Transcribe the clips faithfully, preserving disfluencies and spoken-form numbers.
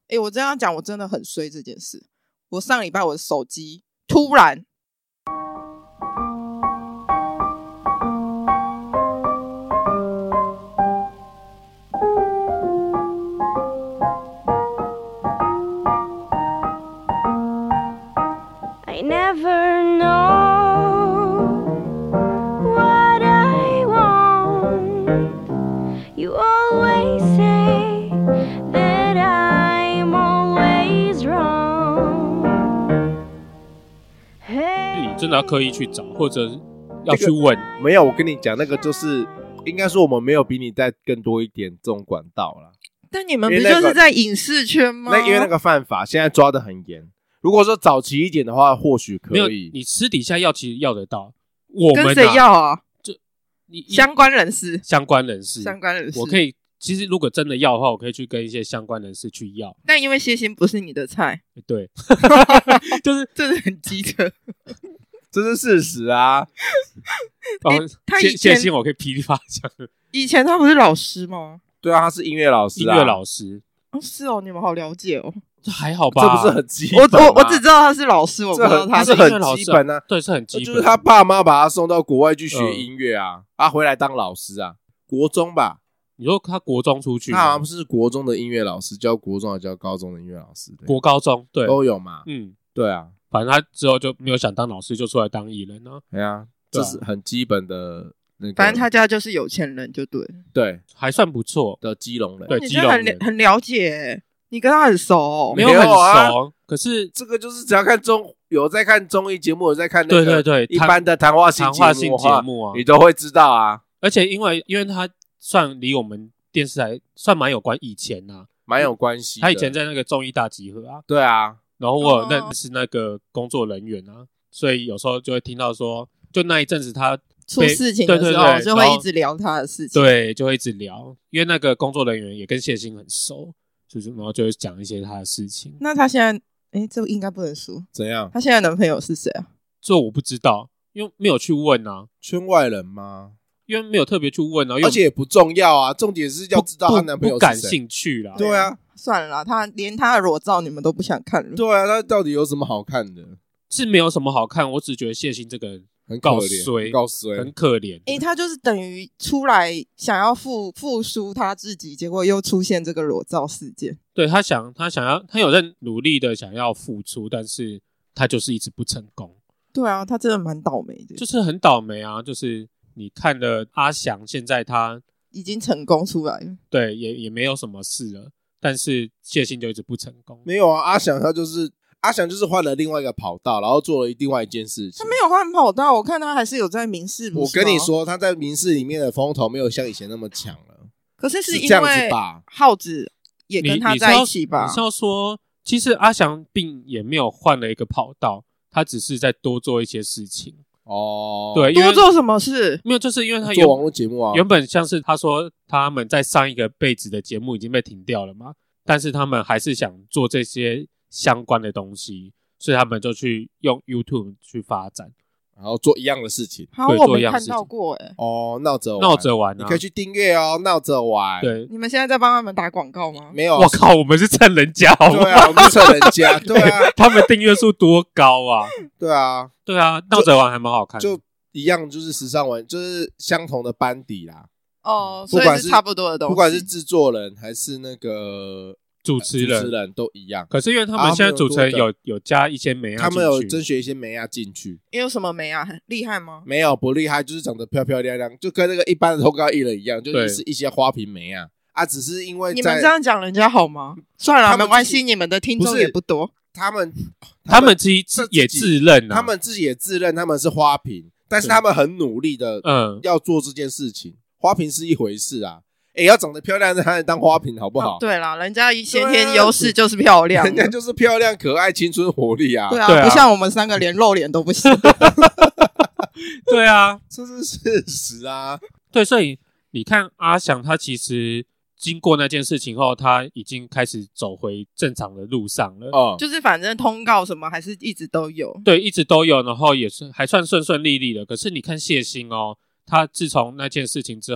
欸，我这样讲我真的很衰这件事。我上礼拜我的手机突然 I never know what I want. You always say that I'm always wrong. 你真的要刻意去找，或者要去问。 这个、没有，我跟你讲，那个就是应该说我们没有比你再更多一点这种管道啦。 但你们不就是在影视圈吗？ 那因为那个犯法现在抓得很严。如果说早期一点的话，或许可以。 没有，你私底下要其实要得到。我们、啊、 跟谁要啊？ 就你相关人士， 相关人士， 相关人士。 我可以，其实如果真的要的话，我可以去跟一些相关人士去要。 但因为谢欣不是你的菜， 对，就是这是很机车， 这是事实啊。 哦， 他以前谢欣我可以噼里啪啦讲。 以前他不是老师吗？ 对啊，他是音乐老师、啊， 音乐老师。 哦，是哦，你们好了解哦。 这还好吧？ 这不是很基本吗？ 我我我只知道他是老师，我不知道他是很基本啊。 对，是很基本。 就是他爸妈把他送到国外去学音乐啊，他、嗯啊、回来当老师啊，国中吧？ 你说他国中出去， 他好像是国中的音乐老师，教国中还教高中的音乐老师， 国高中对都有嘛。 嗯， 对啊， 反正他之后就没有想当老师，就出来当艺人啊。 对啊，这是很基本的。那个、 反正他家就是有钱人，就对， 对， 还算不错的基隆人， 对， 你基隆人很很了解、欸，你跟他很熟、哦， 没有很熟，啊、可是这个就是只要看综有在看综艺节目，有在看那个对对对一般的谈话性谈话性节目啊， 你都会知道啊。 而且因为因为他算离我们电视台算蛮有关，以前啊蛮有关系。 他以前在那个综艺大集合啊， 对啊， 然后我有认识那个工作人员啊，所以有时候就会听到说，就那一阵子他。 出事情的时候，对对对，就会一直聊他的事情。 对，就会一直聊，因为那个工作人员也跟谢欣很熟，就是然后就会讲一些他的事情。 那他现在，哎，这个应该不能说。 怎样？ 他现在男朋友是谁啊？ 这我不知道，因为没有去问啊。 圈外人吗？ 因为没有特别去问啊， 而且也不重要啊。重点是要知道她男朋友是谁。 不感兴趣啦。 对啊， 算了啦，他连他的裸照你们都不想看了。 对啊，他到底有什么好看的？ 是没有什么好看，我只觉得谢欣这个人。 很可怜，很衰， 很可怜。 诶、欸，他就是等于出来想要复复苏他自己，结果又出现这个裸照事件。 对，他想，他想要，他有在努力的想要复出，但是他就是一直不成功。 对啊，他真的蛮倒霉的， 就是很倒霉啊！就是你看了阿翔，现在他已经成功出来了， 对，也也没有什么事了，但是谢欣就一直不成功。 没有啊，阿翔他就是。阿翔就是换了另外一个跑道，然后做了另外一件事情。 他没有换跑道，我看他还是有在民视。 我跟你说，他在民视里面的风头没有像以前那么强了。 可是是因为浩子也跟他在一起吧？ 你是要说，其实阿翔并也没有换了一个跑道，他只是在多做一些事情。 哦， 对， 多做什么事？ 没有，就是因为他做网络节目啊。 原本像是他说他们在上一个辈子的节目已经被停掉了嘛，但是他们还是想做这些。相关的东西，所以他们就去用 YouTube 去发展， 然后做一样的事情。 好，我没看到过哎、欸。 哦，闹着玩， 闹着玩、啊， 你可以去订阅哦，闹着玩。 对， 你们现在在帮他们打广告吗？ 没有， 我靠，我们是蹭人家好吗？ 对啊，我们是蹭人家，对啊， 他们订阅数多高啊？ 对啊， 对啊，闹着玩还蛮好看的， 就一样，就是时尚玩，就是相同的班底啦。 哦，所以是差不多的东西， 不管是制作人还是那个。 主持人， 主持人都一样， 可是因为他们现在主持人有、啊、有, 有加一些美亚， 他们有甄选一些美亚进去。 有什么美亚很厉害吗？ 没有，不厉害，就是长得漂漂亮亮，就跟那个一般的通告艺人一样，就是一些花瓶美亚啊。只是因为你们这样讲人家好吗？算了，没关系，你们的听众也不多。 他们他们自己也自认、啊， 他们自己也自认他们是花瓶，但是他们很努力的，嗯，要做这件事情。花瓶是一回事啊。哎、欸，要长得漂亮的才能当花瓶，好不好？ 哦、对啦，人家先天优势就是漂亮， 人家就是漂亮、可爱、青春活力啊。 对啊，对啊，不像我们三个连露脸都不行。 对啊， 这是事实啊。 对，所以你看阿翔，他其实经过那件事情后，他已经开始走回正常的路上了。 哦、嗯， 就是反正通告什么还是一直都有。 对，一直都有，然后也是还算顺顺利利的。可是你看谢欣哦，他自从那件事情之后。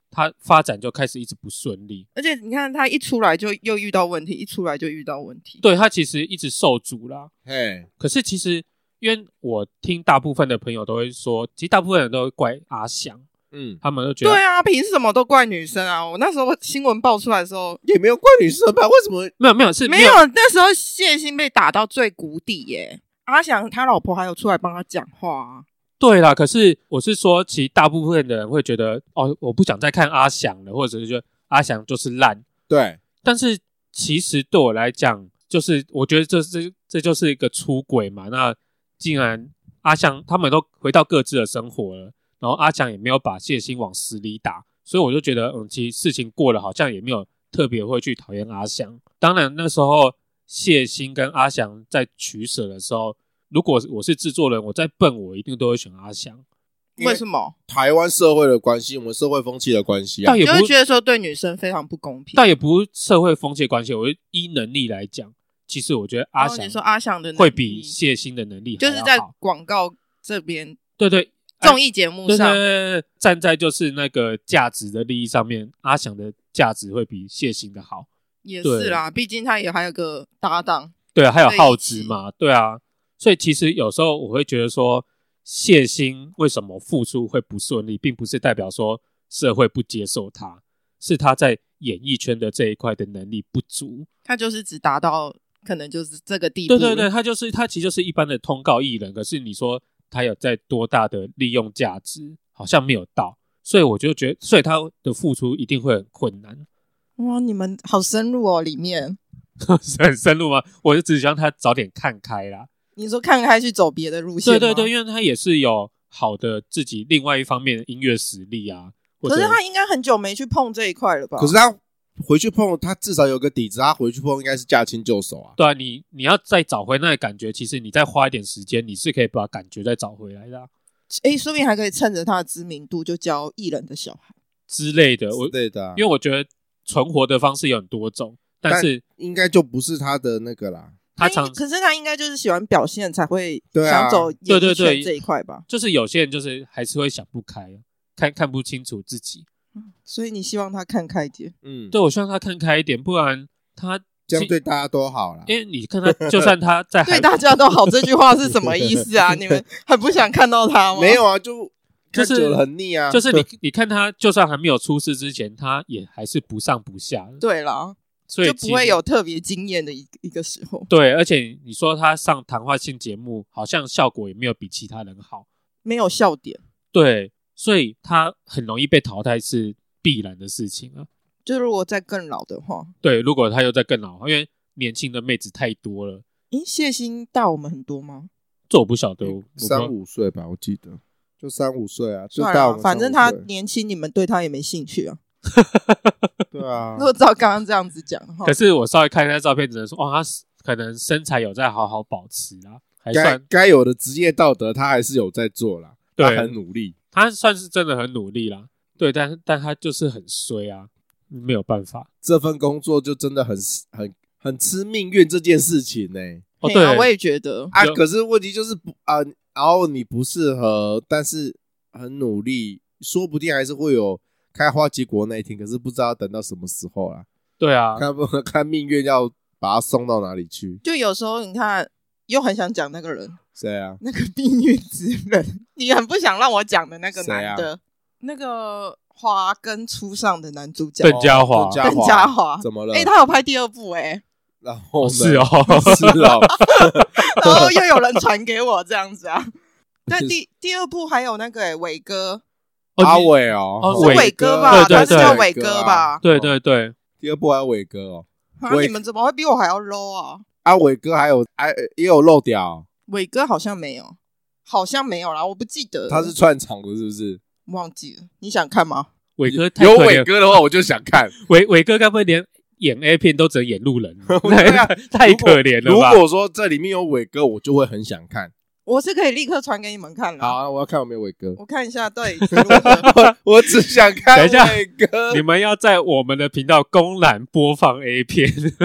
他发展就开始一直不顺利。 而且你看他一出来就又遇到问题，一出来就遇到问题。 对，他其实一直受阻啦。 嘿， 可是其实因为我听大部分的朋友都会说，其实大部分人都会怪阿翔。嗯，他们都觉得对啊，凭什么都怪女生啊？我那时候新闻爆出来的时候， 也没有怪女生吧？为什么没有没有是没有？那时候谢欣被打到最谷底耶，阿翔他老婆还有出来帮他讲话啊。 对啦，可是我是说，其实大部分的人会觉得，哦，我不想再看阿翔了，或者是觉得阿翔就是烂。 对， 但是其实对我来讲，就是我觉得这这这就是一个出轨嘛。那既然阿翔他们都回到各自的生活了。然后阿翔也没有把谢欣往死里打，所以我就觉得，嗯，其实事情过了，好像也没有特别会去讨厌阿翔。当然那时候谢欣跟阿翔在取舍的时候，如果我是制作人，我再笨，我一定都会选阿翔。 为什么？ 台湾社会的关系，我们社会风气的关系啊， 你就会觉得说对女生非常不公平。 但也不是社会风气的关系，我依能力来讲，其实我觉得阿翔、哦， 你说阿翔的会比谢欣的能力还要好， 就是在广告这边， 对对。 综艺节目上， 对对对，站在就是那个价值的利益上面，阿翔的价值会比谢欣的好。 也是啦，毕竟他也还有个搭档。 对啊，还有浩之嘛，对啊。所以其实有时候我会觉得说，谢欣为什么付出会不顺利，并不是代表说社会不接受他，是他在演艺圈的这一块的能力不足。 他就是只达到可能就是这个地步。 对对对，他就是他其实就是一般的通告艺人，可是你说他有在多大的利用价值，好像没有到，所以我就觉得，所以他的付出一定会很困难。 哇，你们好深入哦，里面很深入吗？我就只希望他早点看开啦。 你说看开去走别的路线吗？ 对对对，因为他也是有好的自己另外一方面的音乐实力啊。 可是他应该很久没去碰这一块了吧？ 可是他回去碰，他至少有个底子，他回去碰应该是驾轻就熟啊。 对啊，你你要再找回那个感觉，其实你再花一点时间，你是可以把感觉再找回来的、啊。 诶，说不定还可以趁着他的知名度就教艺人的小孩之类的。我之类的、啊， 因为我觉得存活的方式有很多种，但是但应该就不是他的那个啦。 他常可是他应该就是喜欢表现才会想走演艺圈这一块吧、啊？ 就是有些人就是还是会想不开，看看不清楚自己。 所以你希望他看开一点， 嗯，对，我希望他看开一点，不然他这样对大家都好啦。 因为你看他，就算他在对大家都好，这句话是什么意思啊？你们很不想看到他吗？ 没有啊，就看久了很腻啊。 就是你你看他，就算还没有出事之前，他也还是不上不下的。 对啦， 所以就不会有特别惊艳的一一个时候。 对，而且你说他上谈话性节目，好像效果也没有比其他人好， 没有笑点。 对。所以他很容易被淘汰是必然的事情啊。 就如果再更老的话， 对，如果他又再更老，因为年轻的妹子太多了。 诶，谢欣大我们很多吗？ 这我不晓得， 三五岁吧，我记得就三五岁啊，就大我们反正他年轻，你们对他也没兴趣啊。 对啊， 如果照刚刚这样子讲的话， 可是我稍微看一下照片，只能说，哦，他可能身材有在好好保持啦，还算该有的职业道德，他还是有在做啦，他很努力。 他算是真的很努力啦，对，但但他就是很衰啊，没有办法， 这份工作就真的很很很吃命运这件事情呢、欸。 哦，对、 啊，我也觉得啊，可是问题就是不啊，然后你不适合，但是很努力，说不定还是会有开花结果那一天，可是不知道等到什么时候啦。 对啊， 看不看命运要把他送到哪里去？ 就有时候你看，又很想讲那个人。 谁啊？ 那个命运之人，你很不想让我讲的那个男的， 啊、 那个华根初上的男主角邓家华， 邓家华怎么了？ 哎、欸，他有拍第二部哎、欸， 然后是哦， 是哦， 然后又有人传给我这样子啊。但第第二部还有那个哎、欸，伟哥， 阿伟哦， 是伟哥吧？ 对对对， 他是叫伟哥吧？ 对对对， 第二部还有伟哥哦。 啊，你们怎么会比我还要 low 啊？ 啊，伟哥还有还也有漏掉。 伟哥好像没有，好像没有啦，我不记得。 他是串场的，是不是？ 忘记了，你想看吗？ 伟哥有伟哥的话，我就想看。 伟伟哥该不会连演 A 片都只能演路人？太可怜了吧！ 如果说这里面有伟哥，我就会很想看。 我是可以立刻传给你们看了。 好、啊，我要看有没有伟哥。 我看一下，对， 我, 我只想看伟哥。 你们要在我们的频道公然播放 A 片。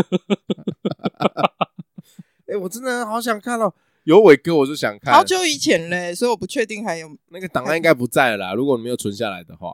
哎、欸，我真的好想看哦。有伟哥我就想看， 好久以前嘞，所以我不确定还有那个档案应该不在了啦。如果你没有存下来的话，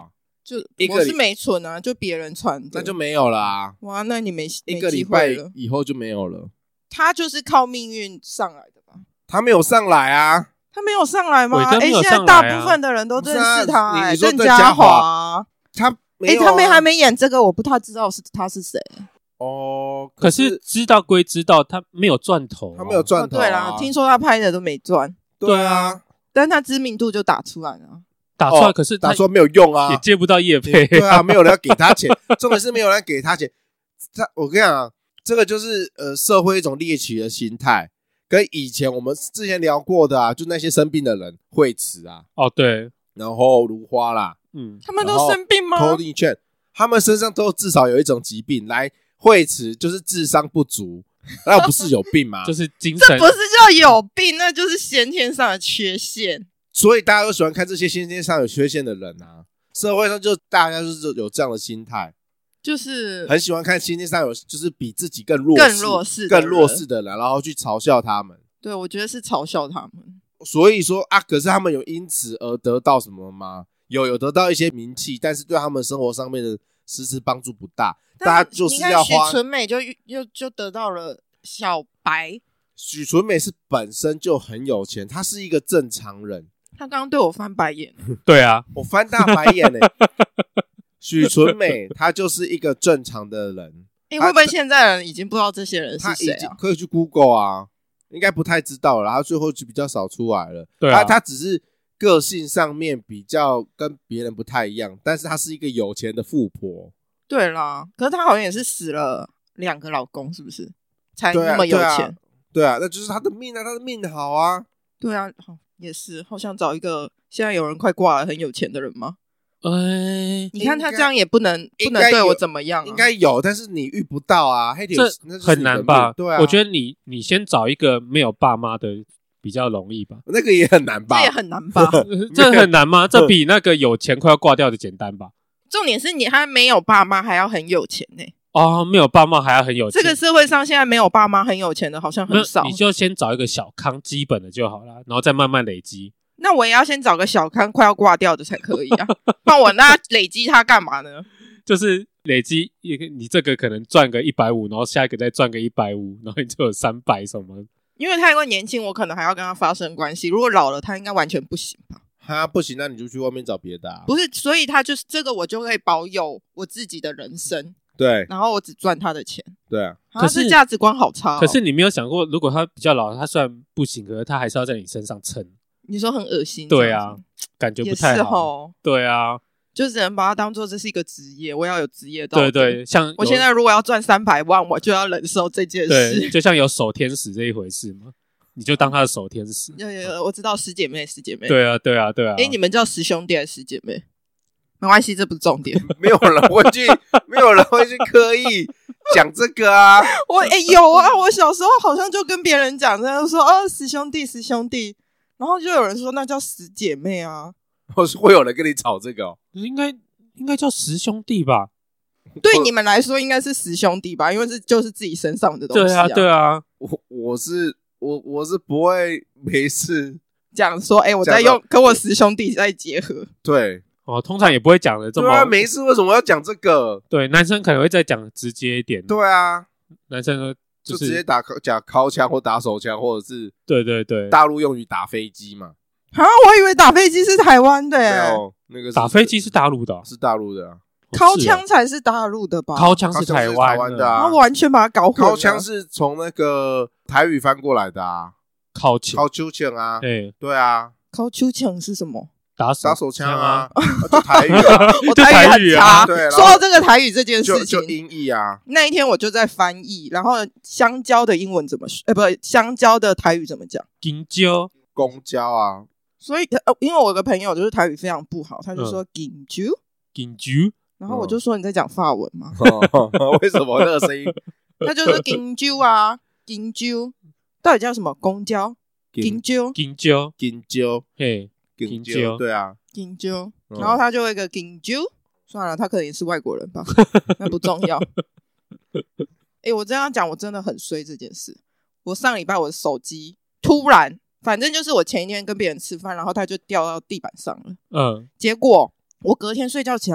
就一个礼我是没存啊，就别人传的， 那就没有了啊。 哇，那你没一没机个礼拜会了。 以后就没有了。 他就是靠命运上来的吧？ 他没有上来啊， 他没有上来吗？哎、 伟哥没有现在上来啊大部分的人都认识他、哎、 不是啊你你说郑嘉郑嘉华华啊。 他没哎、 有、啊他们还没演这个，我不太知道是他是谁。 哦。 可是知道归知道，他没有赚头啊， 他没有赚头、啊哦对啦，听说他拍的都没赚， 对啊， 但他知名度就打出来了。 打出来， 哦可是他打说没有用啊也，接不到业配。 对啊，没有人要给他钱，重点是没有人给他钱。他我跟你讲、啊，这个就是呃社会一种猎奇的心态，跟以前我们之前聊过的啊，就那些生病的人，惠慈啊， 哦，对， 然后如花啦， 嗯， 他们都生病吗？ Tony Chen，他们身上都至少有一种疾病。来，惠慈就是智商不足，那不是有病吗？ 就是精神这不是叫有病，那就是先天上的缺陷。 所以大家都喜欢看这些先天上有缺陷的人啊。社会上就大家就是有这样的心态， 就是很喜欢看先天上有就是比自己更弱势、 更弱势的人更弱势的人，然后去嘲笑他们。 对，我觉得是嘲笑他们。 所以说啊，可是他们有因此而得到什么吗？有，有得到一些名气，但是对他们生活上面的实质帮助不大。大家就是要花。 许纯美就又就得到了小白， 许纯美是本身就很有钱，她是一个正常人。 他刚刚对我翻白眼， 对啊， 我翻大白眼欸许纯美她就是一个正常的人。 哎、会不会现在人已经不知道这些人她已是谁啊？ 经可以去 Google 啊，应该不太知道了。她最后就比较少出来了。 对啊她她只是个性上面比较跟别人不太一样，但是她是一个有钱的富婆。 对啦，可是她好像也是死了两个老公，是不是？才对啊那么有对啊钱。 对啊，那就是她的命啊，她的命好啊。 对啊，好也是，好想找一个现在有人快挂了很有钱的人吗？ 哎， 你看他这样也不能不应该有能对我怎么样、啊， 应该有，但是你遇不到啊。黑铁这那就是很难吧？ 对啊， 我觉得你你先找一个没有爸妈的比较容易吧？ 那个也很难吧？ 这也很难吧？ 这很难吗？这比那个有钱快要挂掉的简单吧？ 重点是你还没有爸妈，还要很有钱呢、 哦，没有爸妈还要很有钱， 这个社会上现在没有爸妈很有钱的，好像很少那你。就先找一个小康基本的就好了，然后再慢慢累积。 那我也要先找个小康快要挂掉的才可以啊。那我那累积他干嘛呢？ 就是累积一个，你这个可能赚个一百五，然后下一个再赚个一百五，然后你就有三百什么。 因为他因为年轻，我可能还要跟他发生关系。如果老了，他应该完全不行吧？ 哈不行，那你就去外面找别的啊。 不是，所以他就是这个，我就可以保有我自己的人生， 对然后我只赚他的钱。 对啊， 啊， 可是这价值观好差、哦。 可是你没有想过，如果他比较老，他虽然不行，可是他还是要在你身上撑。 你说很恶心， 对啊，感觉也是不太好。 哦， 对啊， 就只能把它当做这是一个职业，我要有职业道德。 对对，像我有现在如果要赚三百万，我就要忍受这件对， 事。 就像有守天使这一回事嘛，你就当他的守天使。 有有有，我知道师姐妹，师姐妹。， 对啊，对啊，对啊。 哎，你们叫师兄弟还是师姐妹？没关系，这不是重点。 没有人会去，没有人会去刻意讲这个啊。 我哎有啊，我小时候好像就跟别人讲，这样说哦，师兄弟，师兄弟，然后就有人说那叫师姐妹啊。 或是会有人跟你吵这个哦。 应该应该叫十兄弟吧？ 对你们来说应该是师兄弟吧，因为是就是自己身上的东西、 对啊，对啊。 啊。 我我是我我是不会没事。 讲说，哎，我在用跟我师兄弟在结合。 对哦，通常也不会讲的这么对啊，没事，为什么要讲这个？ 对，男生可能会再讲直接一点。 对啊， 男生说就是直接打讲靠枪或打手枪，或者是对对对， 大陆用语打飞机嘛。 啊，我以为打飞机是台湾的没耶， 有那个是打飞机是大陆的哦， 是大陆的啊， 靠枪才是大陆的吧？ 靠枪是台台湾湾的啊然后完全把它搞混了。 靠枪是从那个台语翻过来的啊， 靠枪， 靠秋枪啊， 对， 对啊， 靠秋枪是什么？ 打打手枪啊， 啊， 就台语啊， 我就台语语啊很差。 对然后说到这个台语这件就事情， 就音译啊， 那一天我就在翻译，然后香蕉的英文怎么说？呃，不，香蕉的台语怎么讲？ 金蕉， 公交啊， 所以，呃，因为我有个朋友就是台语非常不好，他就嗯说金蕉， 金蕉， 然后我就说你在讲法文吗？ 为什么那个声音？ 他就说金蕉啊，金蕉，到底叫什么？公交？金蕉， 金蕉， 金蕉， 嘿， 金金蕉对啊， 金蕉， 嗯然后他就会一个金蕉，算了，他可能也是外国人吧，那不重要。哎，我这样讲，我真的很衰这件事。我上礼拜我的手机突然，反正就是我前一天跟别人吃饭，然后它就掉到地板上了。 嗯， 结果我隔天睡觉起来，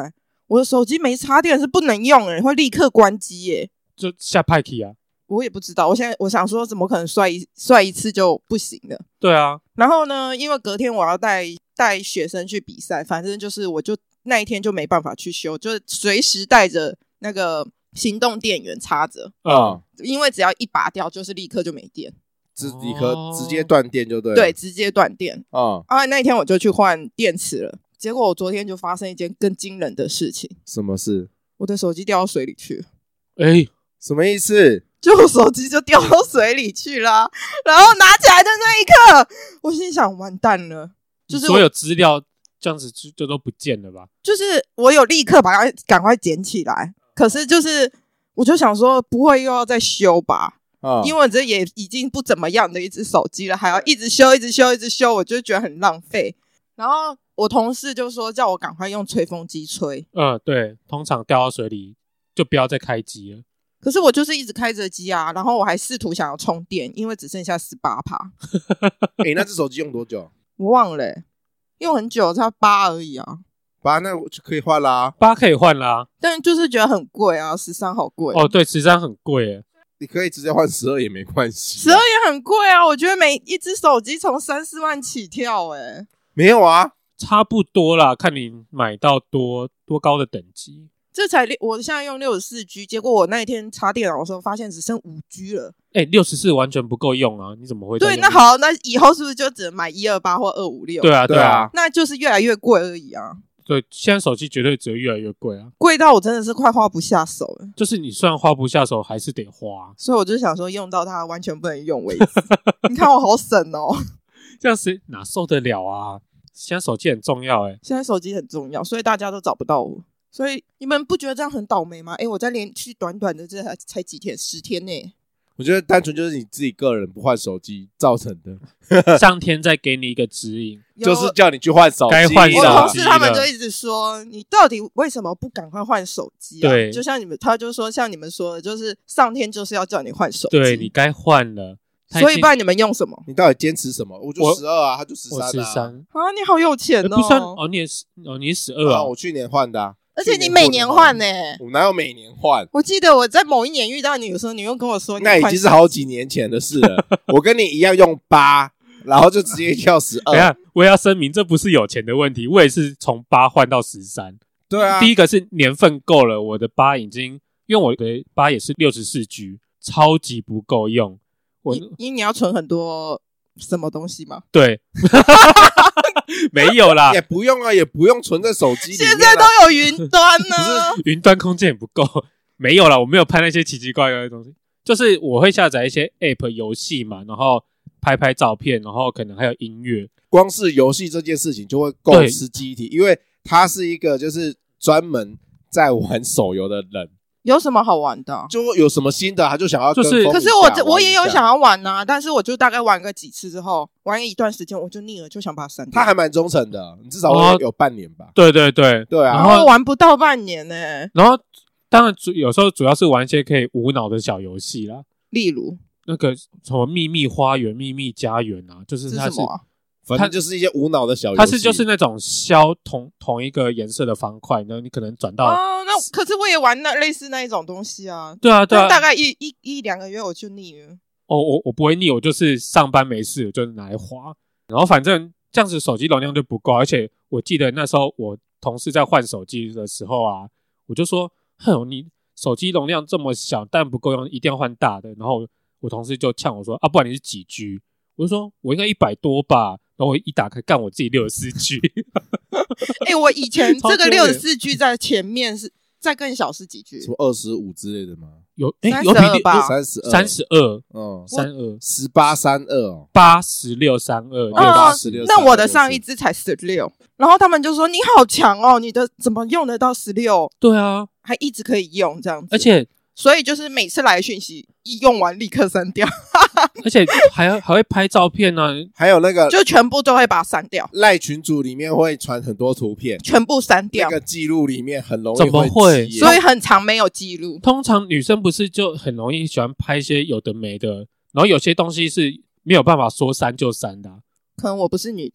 我的手机没插电是不能用诶，会立刻关机耶。 就下派 key 啊。 我也不知道，我现在我想说，怎么可能摔一摔一次就不行了？ 对啊， 然后呢，因为隔天我要带带学生去比赛，反正就是我就那一天就没办法去修，就是随时带着那个行动电源插着， 嗯， 因为只要一拔掉，就是立刻就没电， 直立刻哦直接断电就对了。 对，直接断电。 啊、 啊，那一天我就去换电池了，结果我昨天就发生一件更惊人的事情， 什么事？ 我的手机掉到水里去了。 哎， 什么意思？ 就我手机就掉到水里去啦，然后拿起来的那一刻，我心想完蛋了，就是所有资料这样子就就都不见了吧？ 就是我有立刻把它赶快捡起来，可是就是我就想说不会又要再修吧， 啊、 因为我这也已经不怎么样的一只手机了，还要一直修一直修一直修，我就觉得很浪费。然后我同事就说叫我赶快用吹风机吹， 嗯，对，通常掉到水里就不要再开机了。 可是我就是一直开着机啊，然后我还试图想要充电，因为只剩下 百分之十八。 哎、那只手机用多久？ 我忘了、欸，用很久，才八而已啊。 八，那我就可以换啦。 八可以换啦。 但就是觉得很贵啊，十三好贵哦，对，十三很贵耶。 你可以直接换十二也没关系。 十二也很贵啊，我觉得每一只手机从三四万起跳、欸，哎， 没有啊， 差不多啦，看你买到多多高的等级。 这才我现在用六十四 G， 结果我那一天插电脑的时候发现只剩五 G 了。 哎，六十四完全不够用啊！你怎么会再对， 用那好，那以后是不是就只能买一二八或二五六？ 对啊，对啊对啊， 那就是越来越贵而已啊， 对，现在手机绝对只会越来越贵啊。 贵到我真的是快花不下手了。 就是你虽然花不下手，还是得花。 所以我就想说，用到它完全不能用为止。你看我好省哦， 这样谁哪受得了啊？现在手机很重要哎。 现在手机很重要，所以大家都找不到我。所以你们不觉得这样很倒霉吗？诶，我在连续短短的这才才几天，十天内。 我觉得单纯就是你自己个人不换手机造成的， 上天再给你一个指引， 有就是叫你去换手机。 该换手我同机事他们了就一直说，你到底为什么不赶快换手机啊？ 对就像你们，他就说像你们说的，就是上天就是要叫你换手机。 对你该换了。他已经所以不然你们用什么你到底坚持什么？我就我十二啊，他就十我三啊。 十三， 啊？你好有钱哦！ 不算哦，你也是哦，你十二啊， 啊我，去年换的、啊， 而且你每年换呢、 我哪有每年换？ 我记得我在某一年遇到你的时候，你又跟我说你换那已经是好几年前的事了。我跟你一样用八，然后就直接跳十二。 等一下我也要声明，这不是有钱的问题，我也是从八换到十三。 对啊， 第一个是年份够了，我的八已经，因为我的八也是六十四 G， 超级不够用。我因因为你要存很多什么东西吗？ 对，没有啦也，不用啊，也不用存在手机里面、啊。 现在都有云端呢。 云端空间也不够，没有啦，我没有拍那些奇奇怪怪的东西，就是我会下载一些 App 游戏嘛，然后拍拍照片，然后可能还有音乐。 光是游戏这件事情就会够吃记忆体，因为他是一个就是专门在玩手游的人， 有什么好玩的？ 就有什么新的他就想要跟就是风一下可是我这玩一我也有下想要玩呐、但是我就大概玩个几次之后，玩一段时间我就腻了，就想把它删掉。 他还蛮忠诚的，你至少哦会有半年吧。 对对对， 对啊， 然后玩不到半年呢、 然后当然主有时候主要是玩一些可以无脑的小游戏啦， 例如那个什么秘密花园、秘密家园啊，就是它是是什么、啊？ 反正就是一些无脑的小游戏。 它是就是那种消同同一个颜色的方块，然后你可能转到、 哦，那可是我也玩那类似那一种东西啊， 对啊对啊， 但大概一一一两个月我就腻了。 哦我我不会腻，我就是上班没事我就拿来滑，然后反正这样子手机容量就不够，而且我记得那时候我同事在换手机的时候啊，我就说，哼，你手机容量这么小，但不够用，一定要换大的。然后我同事就呛我说，啊，不然你是几 G？ 我就说我应该一百多吧。然后我一打开，干我自己六十四 G。 哎、我以前超这个丢脸六十四 G 在前面是再更小是几 G？ 什么二十五之类的吗？ 有哎 32 有比吧三十二， 三十二嗯， 三二十八三二哦， 八十六三二哦八十六。 那我的上一支才十六，然后他们就说你好强哦，你的怎么用得到十六， 对啊， 还一直可以用这样子， 而且所以就是每次来的讯息一用完立刻删掉， 而且还还会拍照片呢、啊。 还有那个就全部都会把它删掉， 赖群组里面会传很多图片， 全部删掉那，个记录里面很容易怎么会会积耶所以很长没有记录。 通常女生不是就很容易喜欢拍一些有的没的，然后有些东西是没有办法说删就删的啊、 可能我不是女的吧？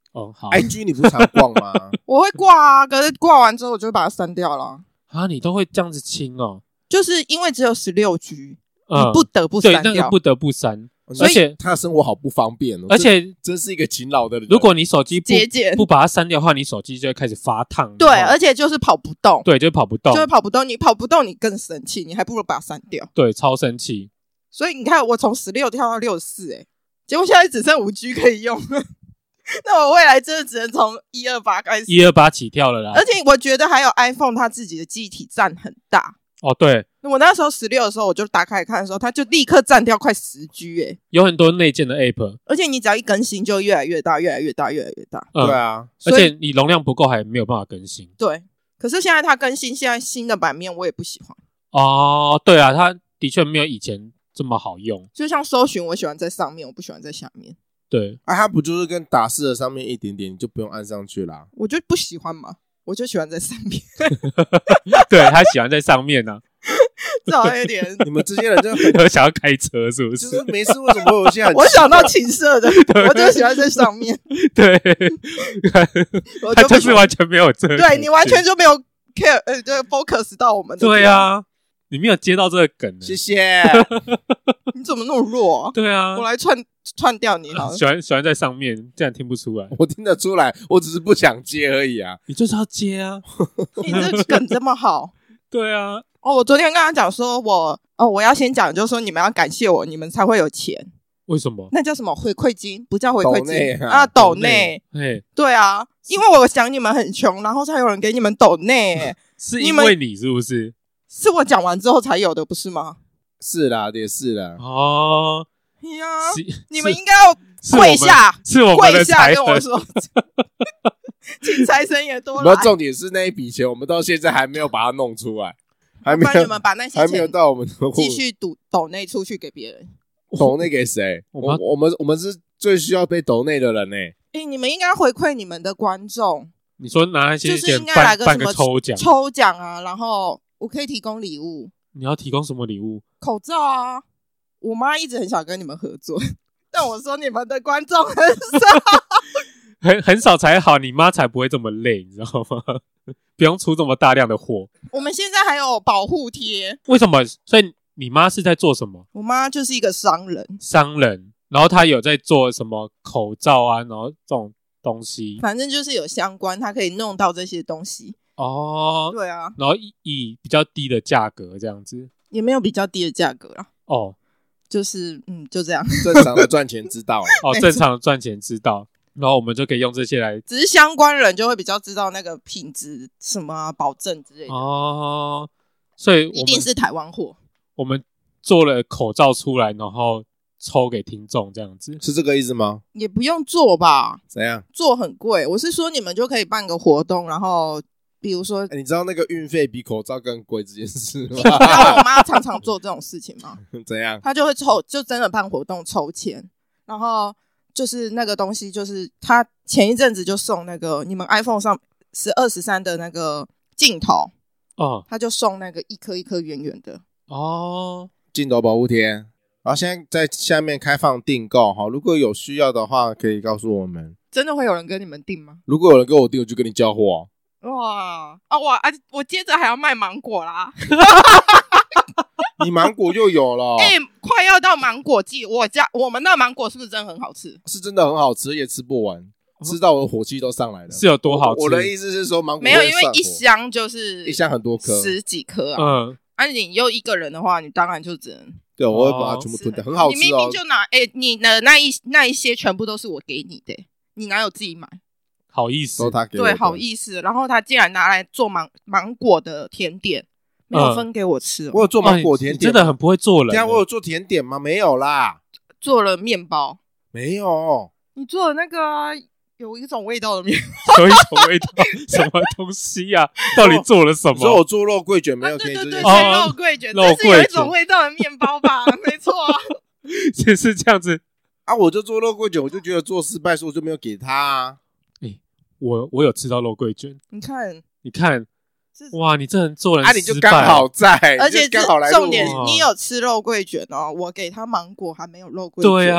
哦，好 I G 你不是常逛吗？ 我会挂啊，可是挂完之后我就会把它删掉了。 啊，你都会这样子清哦？ 就是因为只有十六 G，、 嗯、 你不得不对删掉。 那个不得不删， 所以而且他的生活好不方便哦。 而且真是一个勤劳的人。 如果你手机不节俭不把它删掉的话，你手机就会开始发烫。 对， 然后而且就是跑不动， 对，就跑不动就，会跑不动。你跑不动，你更生气，你还不如把它删掉。 对，超生气。 所以你看，我从十六跳到六十四，哎，结果现在只剩五 G 可以用。那我未来真的只能从一二八开始， 一二八起跳了啦。 而且我觉得还有 iPhone 它自己的记忆体占很大。 哦，对， 我那时候十六的时候，我就打开来看的时候，它就立刻占掉快十 G 哎、 有很多内建的 App， 而且你只要一更新，就越来越大，越来越大，越来越大。 嗯， 对啊， 而且你容量不够，还没有办法更新。 对，可是现在它更新，现在新的版面我也不喜欢。 哦，对啊，它的确没有以前这么好用。 就像搜寻，我喜欢在上面，我不喜欢在下面。 对， 啊，它不就是跟打字的上面一点点，你就不用按上去啦。 我就不喜欢嘛，我就喜欢在上面。 对他喜欢在上面呢、啊， 这好像有点。 你们这些人就很有想要开车是不？ 就是是没事，为什么会有一些很我想到情色的，我就喜欢在上面。 对， 我他就不喜欢就是完全没有这个， 对你完全就没有 care，呃，就 focus 到我们的。 对，啊，你没有接到这个梗呢， 谢谢。 你怎么那么弱、啊？ 对啊我，来串串掉你好了。 喜欢喜欢在上面，这样听不出来， 我听得出来，我只是不想接而已啊。 你就是要接啊， 你这梗这么好对啊， 哦！我昨天跟他讲说我，哦，我要先讲，就是说你们要感谢我，你们才会有钱。 为什么？ 那叫什么回馈金？不叫回馈抖内金啊抖抖内。 哎， 对啊，因为我想你们很穷，然后才有人给你们抖内， 是你们因为你是不是？ 是我讲完之后才有的，不是吗？ 是啦，也是啦。 哦， 呀， 是你们应该要是我们跪下， 是我们跪下的财神， 跟我说，请财神爷多来。 然后重点是那一笔钱，我们到现在还没有把它弄出来，还没有不然你们把那些还没有钱到我们的户继续赌抖内出去给别人。 抖内给谁？ 我们我我们我们是最需要被抖内的人呢、 诶，你们应该回馈你们的观众， 你说拿那些钱就是应该来办办个什么个抽奖， 抽奖啊，然后我可以提供礼物， 你要提供什么礼物？ 口罩啊。我妈一直很想跟你们合作，但我说你们的观众很少。 很很少才好，你妈才不会这么累，你知道吗？不用出这么大量的货。 我们现在还有保护贴， 为什么？所以你妈是在做什么？ 我妈就是一个商人， 商人，然后她有在做什么口罩啊，然后这种东西反正就是有相关，她可以弄到这些东西。 哦。 对啊， 然后以以比较低的价格这样子也没有比较低的价格啦， 哦就是嗯，就这样。 正常的赚钱之道。 哦， 没错正常的赚钱之道，然后我们就可以用这些来只是相关人就会比较知道那个品质什么啊保证之类的， 哦，所以我们一定是台湾货。 我们做了口罩出来，然后抽给听众这样子。 是这个意思吗？ 也不用做吧， 怎样？ 做很贵。我是说你们就可以办个活动，然后比如说， 欸你知道那个运费比口罩更贵这件事吗？ 然后我妈常常做这种事情嘛， 怎样？ 她就会抽，就真的办活动抽签，然后就是那个东西，就是她前一阵子就送那个你们 iPhone 上十二十三的那个镜头， 哦她就送那个一颗一颗圆圆的。 哦， 镜头保护贴。然后现在在下面开放订购哈，如果有需要的话，可以告诉我们。 真的会有人跟你们订吗？ 如果有人跟我订，我就跟你交货、啊。 哇啊哇啊！我接着还要卖芒果啦！ 你芒果又有了， 哎、快要到芒果季，我家我们那芒果是不是真的很好吃？ 是真的很好吃，也吃不完，吃到我的火气都上来了。 是有多好吃？ 我的意思是说，芒果没有， 会因为一上火箱就是一箱很多颗， 十几颗啊。 嗯， 啊，你又一个人的话，你当然就只能对，我会把它全部吞掉，很好吃哦你明明。就拿哎、你的那一那一些全部都是我给你的、你哪有自己买？ 好意思都是他给我对， 的， 好意思。然后他竟然拿来做芒芒果的甜点，没有分给我吃、哦我有做芒果甜点， 哦你真的很不会做人对啊，我有做甜点吗？没有啦， 做了面包。 没有。 你做的那个啊、有一种味道的面有一种味道，什么东西呀、啊？到底做了什你说我么？ 做肉桂卷没包， 有啊、对对对， 可以这件哦是肉桂卷， 肉这是有一桂卷种味道的面包吧？没错啊。 是是这样子。 啊？我就做肉桂卷，我就觉得做失败，所以我就没有给他啊。 我我有吃到肉桂卷， 你看， 你看， 这哇，你这人做人啊，你就失败刚好在， 而且你就刚好来录重点哇， 你有吃肉桂卷哦，我给他芒果还没有肉桂卷。 对，啊，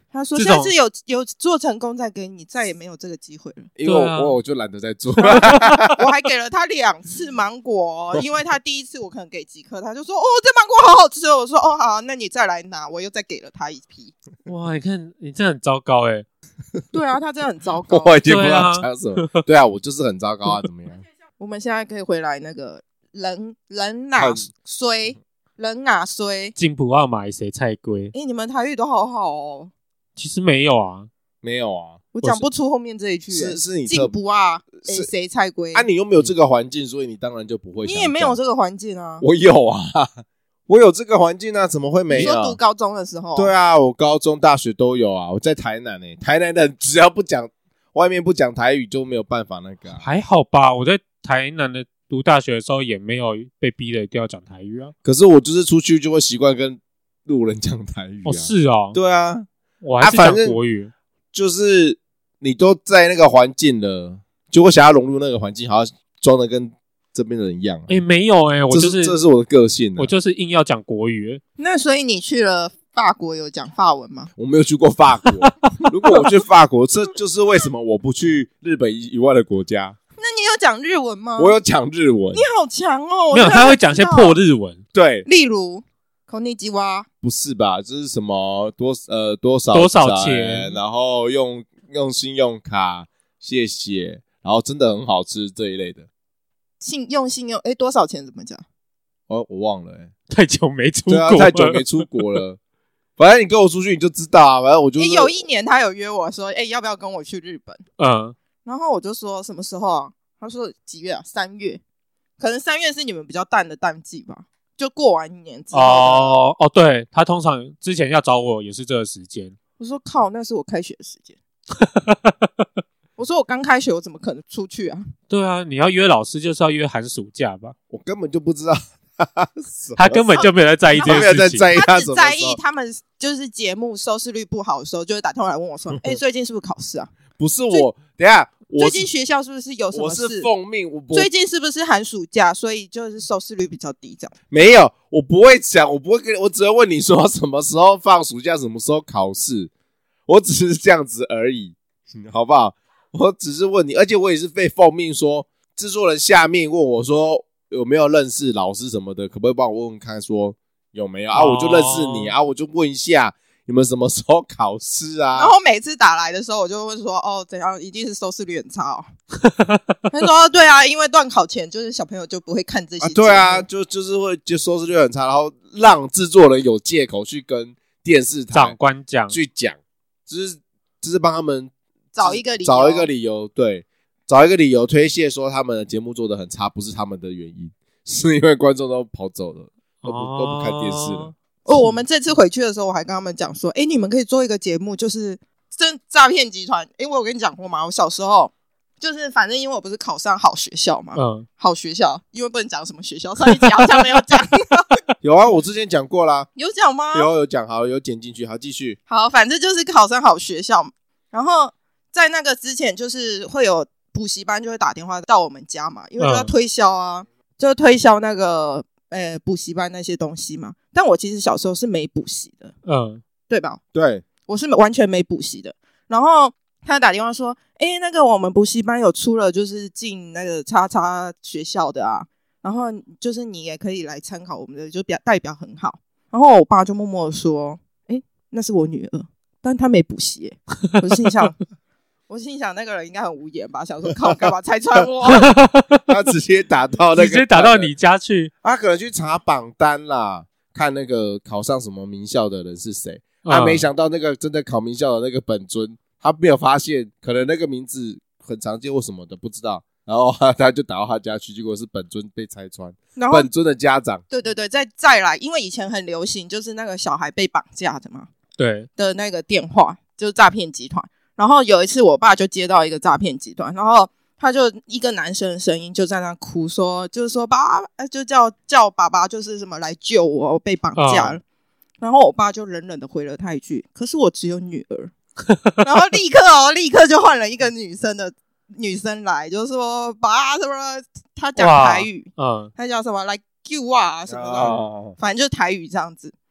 他说这种下次有有做成功再给你，再也没有这个机会了。 因为我、 对啊我我就懒得再做。 我还给了他两次芒果、哦，因为他第一次我可能给几颗，他就说哦这芒果好好吃哦，我说哦好，那你再来拿，我又再给了他一批。 哇，你看你这很糟糕哎。 对啊，他真的很糟糕。 我已经不知道讲什么。对啊，我就是很糟糕啊，怎么样？ 我们现在可以回来那个人人哪衰人哪衰， 进补要买谁菜龟？ 哎、你们台语都好好哦， 其实没有啊， 没有啊， 我讲不出后面这一句。 是是你特进补啊，哎是谁菜龟？ 啊，你又没有这个环境，所以你当然就不会。 你也没有这个环境啊。 我有啊，我有这个环境啊，怎么会没你有？ 说读高中的时候， 对啊，我高中、大学都有啊。我在台南诶、欸，台南人只要不讲外面不讲台语就没有办法那个、啊。 还好吧。我在台南的读大学的时候也没有被逼的一定要讲台语啊。 可是我就是出去就会习惯跟路人讲台语、啊。 哦，是哦， 对啊， 我还是讲国语。 啊、就是你都在那个环境了，就会想要融入那个环境，好像装的跟这边的人一样、啊。 哎、欸，没有哎、欸，我就是这是我的个性、啊， 我就是硬要讲国语、欸。 那所以你去了法国有讲法文吗？ 我没有去过法国。如果我去法国，这就是为什么我不去日本以外的国家。 那你有讲日文吗？ 我有讲日文。 你好强哦！ 没有，他会讲些破日文。 对， 例如こんにちは。 不是吧？这是什么多呃多少多少钱？ 然后用用信用卡，谢谢，然后真的很好吃这一类的。 信用信用，哎，多少钱怎么讲？ 哦，我忘了、欸， 太久没出国了， 对啊，太久没出国了。反正你跟我出去你就知道啊。反正我就、 欸、有一年他有约我说，哎、欸，要不要跟我去日本？ 嗯， 然后我就说什么时候啊？他说几月啊？三月，可能三月是你们比较淡的淡季吧，就过完一年之后。 哦哦，对，他通常之前要找我也是这个时间。 我说靠，那是我开学的时间。我说我刚开学，我怎么可能出去啊？ 对啊，你要约老师就是要约寒暑假吧？ 我根本就不知道。 他根本就没有在在意这件事情， 他没有在在意他只在意他们就是节目收视率不好的时候，就会打电话来问我说：“哎、欸，最近是不是考试啊？” 不是我，等一下， 最近学校是不是有什么事？ 我是奉命，我最近是不是寒暑假，所以就是收视率比较低这样。 没有，我不会讲，我不会跟你，我只会问你说什么时候放暑假，什么时候考试，我只是这样子而已，好不好？我只是问你，而且我也是被奉命说，制作人下面问我说有没有认识老师什么的，可不可以帮我问问看，说有没有啊？我就认识你啊，我就问一下你们什么时候考试啊？ 然后每次打来的时候，我就问说，哦，怎样，一定是收视率很差哦。他说，对啊，因为段考前就是小朋友就不会看这些、 啊，对啊，就就是会就收视率很差，然后让制作人有借口去跟电视台长官讲去讲，就是就是帮他们找一个理由， 找一个理由，对，找一个理由推卸说他们的节目做得很差，不是他们的原因，是因为观众都跑走了，都不、哦、都不看电视了。 哦，我们这次回去的时候，我还跟他们讲说，哎，你们可以做一个节目，就是真诈骗集团。哎，我有跟你讲过吗？我小时候就是反正因为我不是考上好学校嘛，嗯，好学校，因为不能讲什么学校，上一集好像没有讲。 有啊，我之前讲过啦。 有讲吗？ 有有讲，好，有剪进去，好，继续。 好，反正就是考上好学校，然后在那个之前，就是会有补习班就会打电话到我们家嘛，因为就要推销啊，嗯、就推销那个呃补习班那些东西嘛。但我其实小时候是没补习的，嗯，对吧？ 对， 我是完全没补习的。然后他打电话说：“哎，那个我们补习班有出了，就是进那个叉叉学校的啊，然后就是你也可以来参考我们的，就表代表很好。”然后我爸就默默的说：“哎，那是我女儿，但她没补习。”我心想，我心想那个人应该很无言吧，想说靠，干嘛拆穿我？ 他直接打到那个， 直接打到你家去， 他可能去查榜单啦。看那个考上什么名校的人是谁，他、嗯啊、没想到那个真的考名校的那个本尊，他没有发现，可能那个名字很常见或什么的，不知道，然后他就打到他家去，结果是本尊被拆穿，然后本尊的家长， 对对对，再再来，因为以前很流行，就是那个小孩被绑架的嘛， 对的那个电话，就是诈骗集团。然后有一次，我爸就接到一个诈骗集团，然后他就一个男生的声音就在那哭说，就是说爸，就叫叫爸爸，就是什么来救我，我被绑架了。哦、然后我爸就冷冷的回了他一句：“可是我只有女儿。”然后立刻哦，立刻就换了一个女生的女生来，就说爸什么，他讲台语，嗯，他叫什么来救啊什么的，哦、反正就是台语这样子。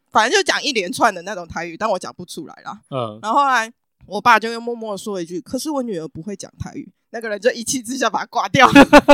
反正就讲一连串的那种台语，但我讲不出来啦。 嗯， 然后后来我爸就又默默说了一句：“可是我女儿不会讲台语。”那个人就一气之下把他挂掉了。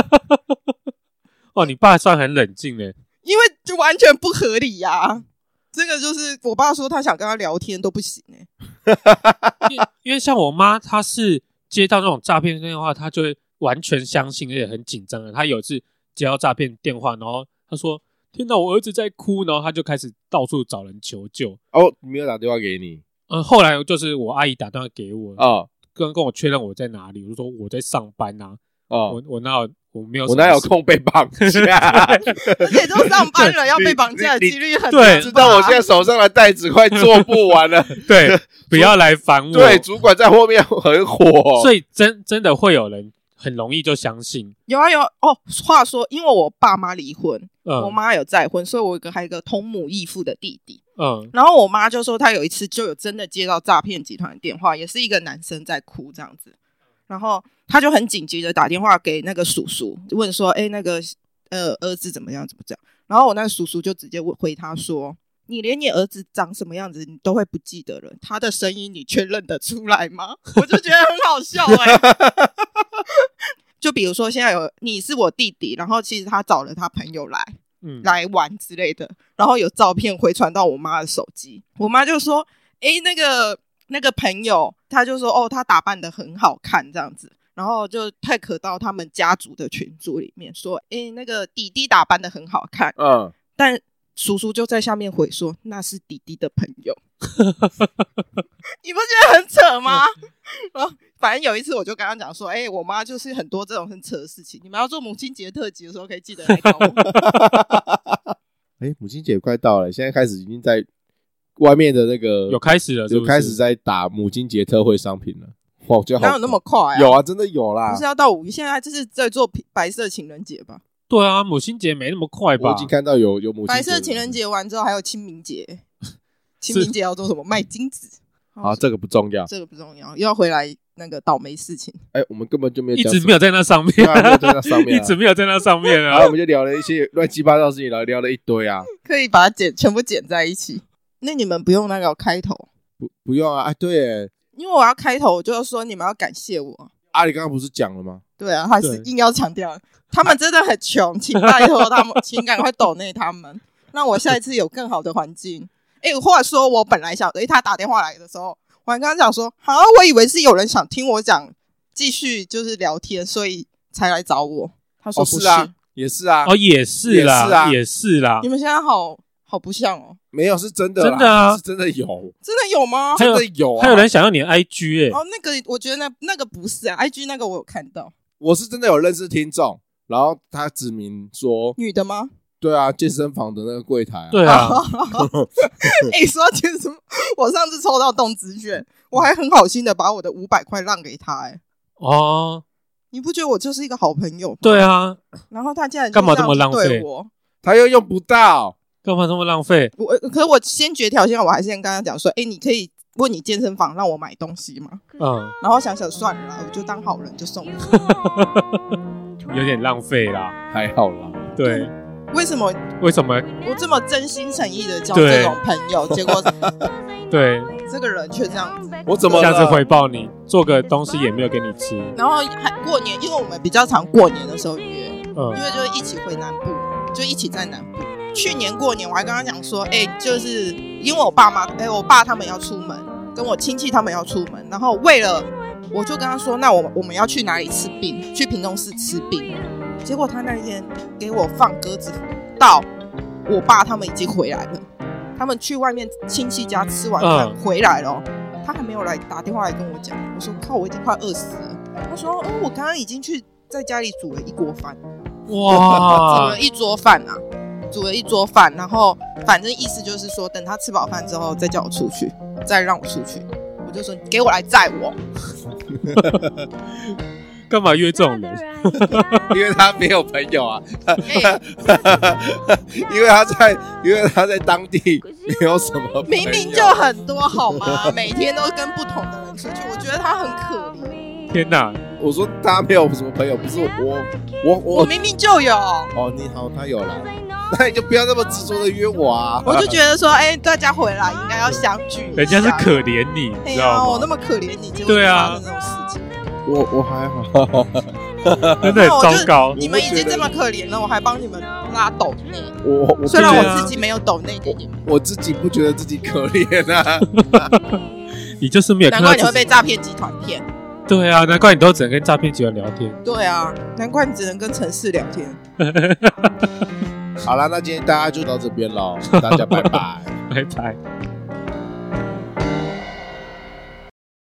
哦，你爸算很冷静嘞， 因为就完全不合理呀、啊。这个就是我爸说他想跟他聊天都不行哎、 欸，因为因为像我妈，她是接到那种诈骗电话，她就会完全相信，而且很紧张的。她有一次接到诈骗电话，然后她说：“听到我儿子在哭。”然后她就开始到处找人求救。 哦，没有打电话给你？ 嗯，后来就是我阿姨打电话给我， 哦， 跟跟我确认我在哪里，我就说我在上班啊， 哦， 我我哪有我没有， 我哪有空被绑架？ 而且都上班了，要被绑架的几率很大。 对， 知道我现在手上的袋子快做不完了。 对，不要来烦我。 对，主管在后面很火， 所以真真的会有人很容易就相信。 有啊有啊哦，话说，因为我爸妈离婚， 嗯、 我妈有再婚，所以我有一个还有一个同母异父的弟弟。 嗯， 然后我妈就说，她有一次就有真的接到诈骗集团的电话，也是一个男生在哭这样子，然后他就很紧急的打电话给那个叔叔，问说：“哎，那个呃儿子怎么样怎么样？”然后我那个叔叔就直接回他说：“你连你儿子长什么样子你都会不记得了，他的声音你却认得出来吗？”我就觉得很好笑哎、欸。就比如说现在有你是我弟弟，然后其实他找了他朋友来。嗯、来玩之类的，然后有照片回传到我妈的手机，我妈就说：“诶，那个那个朋友，他就说哦，他打扮得很好看这样子，然后就tag到他们家族的群组里面说，诶，那个弟弟打扮得很好看，嗯，但叔叔就在下面回说那是弟弟的朋友，你不觉得很扯吗？然后反正有一次我就跟他讲说，哎、欸，我妈就是很多这种很扯的事情，你们要做母亲节特辑的时候可以记得来找我。 哎、欸，母亲节快到了，现在开始已经在外面的那个有开始了是不是， 有开始在打母亲节特惠商品了。哇，我觉得好， 哪有那么快啊？ 有啊，真的有啦。 不是要到五一，现在就是在做白色情人节吧？ 对啊，母亲节没那么快吧？ 我已经看到有有母亲节白色情人节完之后还有清明节，清明节要做什么？卖金子。 好，这个不重要， 这个不重要，又要回来那个倒霉事情。 哎、欸，我们根本就没有一直没有在那上面， 对啊，没有在那上面、啊， 一直没有在那上面啊。 然后我们就聊了一些乱七八糟的事情，聊聊了一堆啊， 可以把它剪全部剪在一起。那你们不用那个开头， 不不用啊，哎，对耶， 因为我要开头，我就要说你们要感谢我。 啊，你刚刚不是讲了吗？ 对啊，还是硬要强调，他们真的很穷，请拜托他们，请赶快抖内他们，让我下一次有更好的环境。哎、欸，或者说我本来想，哎、欸，他打电话来的时候。我还跟他讲说，好，我以为是有人想听我讲，继续就是聊天，所以才来找我。他说不是， 哦、是啊，也是啊， 哦，也是啦， 也是啊， 也是啦。 你们现在好好不像哦， 没有，是真的， 真的啊， 是真的有， 真的有吗？ 真的有、啊， 还有人想要你的 I G 哎、欸， 哦，那个我觉得那那个不是啊 ，I G 那个我有看到， 我是真的有认识听众，然后他指明说女的吗？ 对啊，健身房的那个柜台、啊。 对啊。 哎、欸，说到健身，我上次抽到动资券，我还很好心的把我的五百块让给他、欸。哎， 哦， 你不觉得我就是一个好朋友吗？ 对啊。 然后他竟然干嘛这么浪费我？ 他又用不到， 干嘛这么浪费？ 我可是我先决条件，我还是先跟他讲说，哎、欸，你可以问你健身房让我买东西吗？嗯。然后想想算了啦，我就当好人就送你。 有点浪费啦， 还好啦。 对。 为什么？ 为什么我这么真心诚意的交这种朋友，结果对这个人却这样子？ 我怎么下次回报你，做个东西也没有给你吃， 然后还过年，因为我们比较常过年的时候约，嗯，因为就是一起回南部，就一起在南部。去年过年我还跟他讲说，哎、欸，就是因为我爸妈，哎、欸，我爸他们要出门，跟我亲戚他们要出门，然后为了我就跟他说，那我我们要去哪里吃饼？去屏东市吃饼。结果他那一天给我放鸽子到我爸他们已经回来了，他们去外面亲戚家吃完饭回来了、哦嗯，他还没有来打电话来跟我讲。我说靠，我已经快饿死了。他说，哦，我刚刚已经去在家里煮了一锅饭，哇，煮了一桌饭啊，煮了一桌饭，然后反正意思就是说，等他吃饱饭之后再叫我出去，再让我出去。我就说，给我来载我。 干嘛约这种人？ 因为他没有朋友啊，欸、因为他在，因为他在当地没有什么朋友， 明明就很多好吗？每天都跟不同的人出去，我觉得他很可怜。 天哪！ 我我说他没有什么朋友，不是我我我我明明就有， 哦，你好，他有来，那你就不要那么执着的约我啊！ 我就觉得说，哎、大家回来应该要相聚一下。 人家是可怜你， 哎呀， 你知道吗？ 我那么可怜你，结果对啊发生这种事情， 我我还好， 真的很糟糕。 你们已经这么可怜了，我还帮你们拉抖内。 我我虽然对啊我自己没有抖内给你们， 我自己不觉得自己可怜啊。 你就是没有看难怪你会到自己被诈骗集团骗。 对啊，难怪你都只能跟诈骗集团聊天。 对啊，难怪你只能跟城市聊天。 好了，那今天大家就到这边喽，大家拜拜。 拜拜。